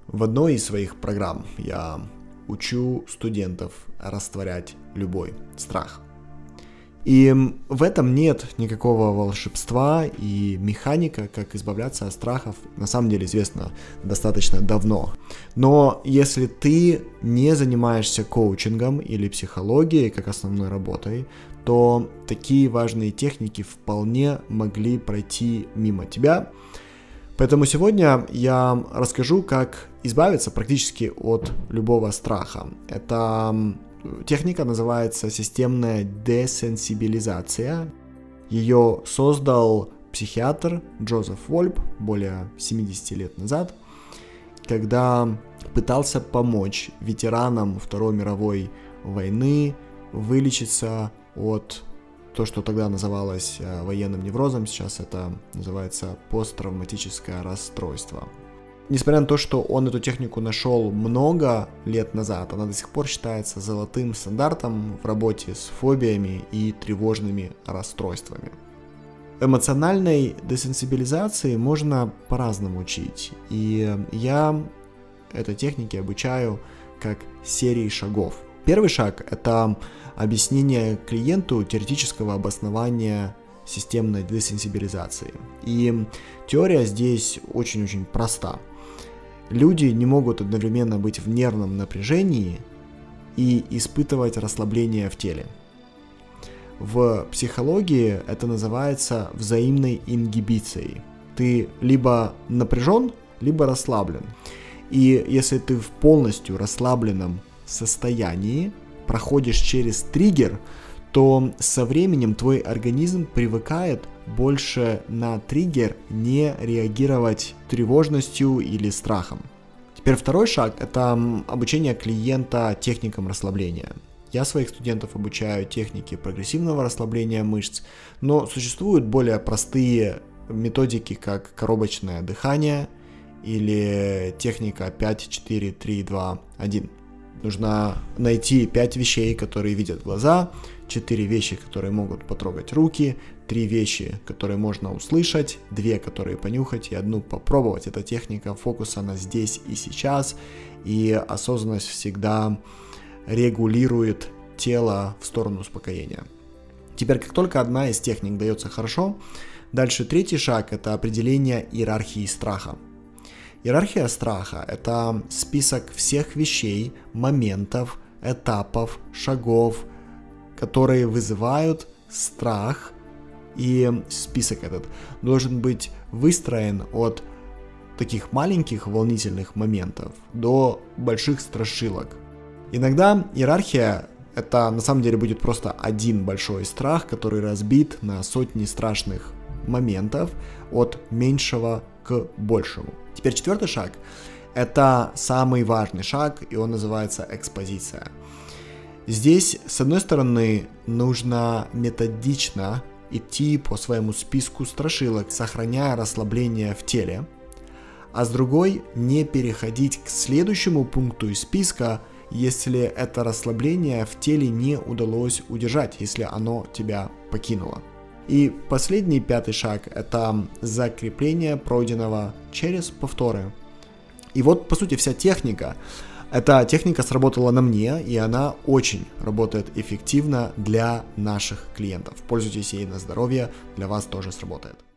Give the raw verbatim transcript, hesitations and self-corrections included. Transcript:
В одной из своих программ я учу студентов растворять любой страх. И в этом нет никакого волшебства, и механика, как избавляться от страхов, на самом деле известна достаточно давно. Но если ты не занимаешься коучингом или психологией как основной работой, то такие важные техники вполне могли пройти мимо тебя. Поэтому сегодня я расскажу, как избавиться практически от любого страха. Эта техника называется системная десенсибилизация. Ее создал психиатр Джозеф Вольп более семьдесят лет назад, когда пытался помочь ветеранам Второй мировой войны вылечиться от то, что тогда называлось военным неврозом, сейчас это называется посттравматическое расстройство. Несмотря на то, что он эту технику нашел много лет назад, она до сих пор считается золотым стандартом в работе с фобиями и тревожными расстройствами. Эмоциональной десенсибилизации можно по-разному учить, и я этой технике обучаю как серии шагов. Первый шаг – это объяснение клиенту теоретического обоснования системной десенсибилизации. И теория здесь очень-очень проста. Люди не могут одновременно быть в нервном напряжении и испытывать расслабление в теле. В психологии это называется взаимной ингибицией. Ты либо напряжен, либо расслаблен. И если ты в полностью расслабленном состоянии проходишь через триггер, то со временем твой организм привыкает больше на триггер не реагировать тревожностью или страхом. Теперь второй шаг – это обучение клиента техникам расслабления. Я своих студентов обучаю технике прогрессивного расслабления мышц, но существуют более простые методики, как коробочное дыхание или техника пять, четыре, три, два, один. Нужно найти пять вещей, которые видят глаза, четыре вещи, которые могут потрогать руки, три вещи, которые можно услышать, две, которые понюхать и одну попробовать. Это техника фокуса на здесь и сейчас, и осознанность всегда регулирует тело в сторону успокоения. Теперь, как только одна из техник дается хорошо, дальше третий шаг – это определение иерархии страха. Иерархия страха – это список всех вещей, моментов, этапов, шагов, которые вызывают страх, и список этот должен быть выстроен от таких маленьких волнительных моментов до больших страшилок. Иногда иерархия – это на самом деле будет просто один большой страх, который разбит на сотни страшных моментов от меньшего к большему. Теперь четвертый шаг – это самый важный шаг, и он называется экспозиция. Здесь, с одной стороны, нужно методично идти по своему списку страшилок, сохраняя расслабление в теле, а с другой – не переходить к следующему пункту из списка, если это расслабление в теле не удалось удержать, если оно тебя покинуло. И последний, пятый шаг – это закрепление пройденного через повторы. И вот, по сути, вся техника. Эта техника сработала на мне, и она очень работает эффективно для наших клиентов. Пользуйтесь ей на здоровье, для вас тоже сработает.